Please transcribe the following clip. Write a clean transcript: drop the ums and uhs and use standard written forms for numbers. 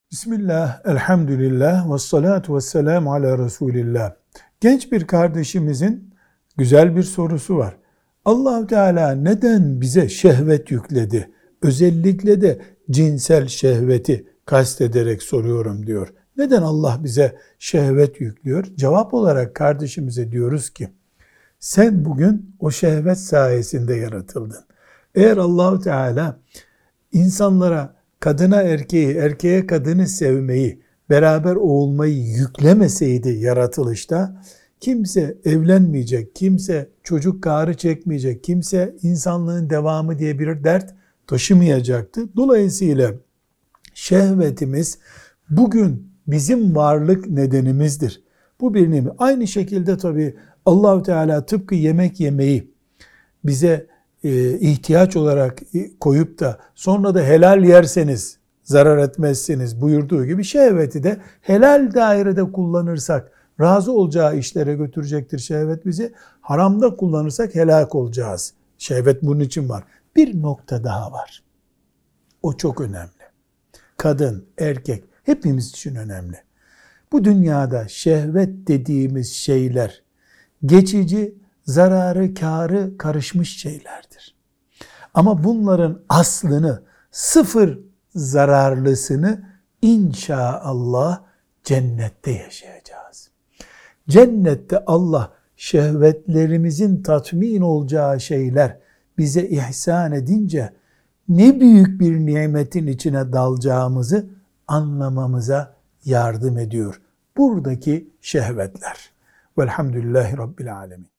Bismillah, elhamdülillah, ve salatu ve selamu ala Resulillah. Genç bir kardeşimizin güzel bir sorusu var. Allah-u Teala neden bize şehvet yükledi? Özellikle de cinsel şehveti kastederek soruyorum diyor. Neden Allah bize şehvet yüklüyor? Cevap olarak kardeşimize diyoruz ki, sen bugün o şehvet sayesinde yaratıldın. Eğer Allah-u Teala insanlara kadına erkeği, erkeğe kadını sevmeyi, beraber olmayı yüklemeseydi yaratılışta, kimse evlenmeyecek, kimse çocuk karı çekmeyecek, kimse insanlığın devamı diye bir dert taşımayacaktı. Dolayısıyla şehvetimiz bugün bizim varlık nedenimizdir. Bu bir nimet. Aynı şekilde tabii Allah-u Teala tıpkı yemek yemeyi bize ihtiyaç olarak koyup da sonra da helal yerseniz zarar etmezsiniz buyurduğu gibi şehveti de helal dairede kullanırsak razı olacağı işlere götürecektir şehvet bizi. Haramda kullanırsak helak olacağız. Şehvet bunun için var. Bir nokta daha var. O çok önemli. Kadın, erkek hepimiz için önemli. Bu dünyada şehvet dediğimiz şeyler geçici, zararı, kârı karışmış şeylerdir. Ama bunların aslını, sıfır zararlısını inşallah cennette yaşayacağız. Cennette Allah şehvetlerimizin tatmin olacağı şeyler bize ihsan edince ne büyük bir nimetin içine dalacağımızı anlamamıza yardım ediyor. Buradaki şehvetler. Velhamdülillahi Rabbil Alemin.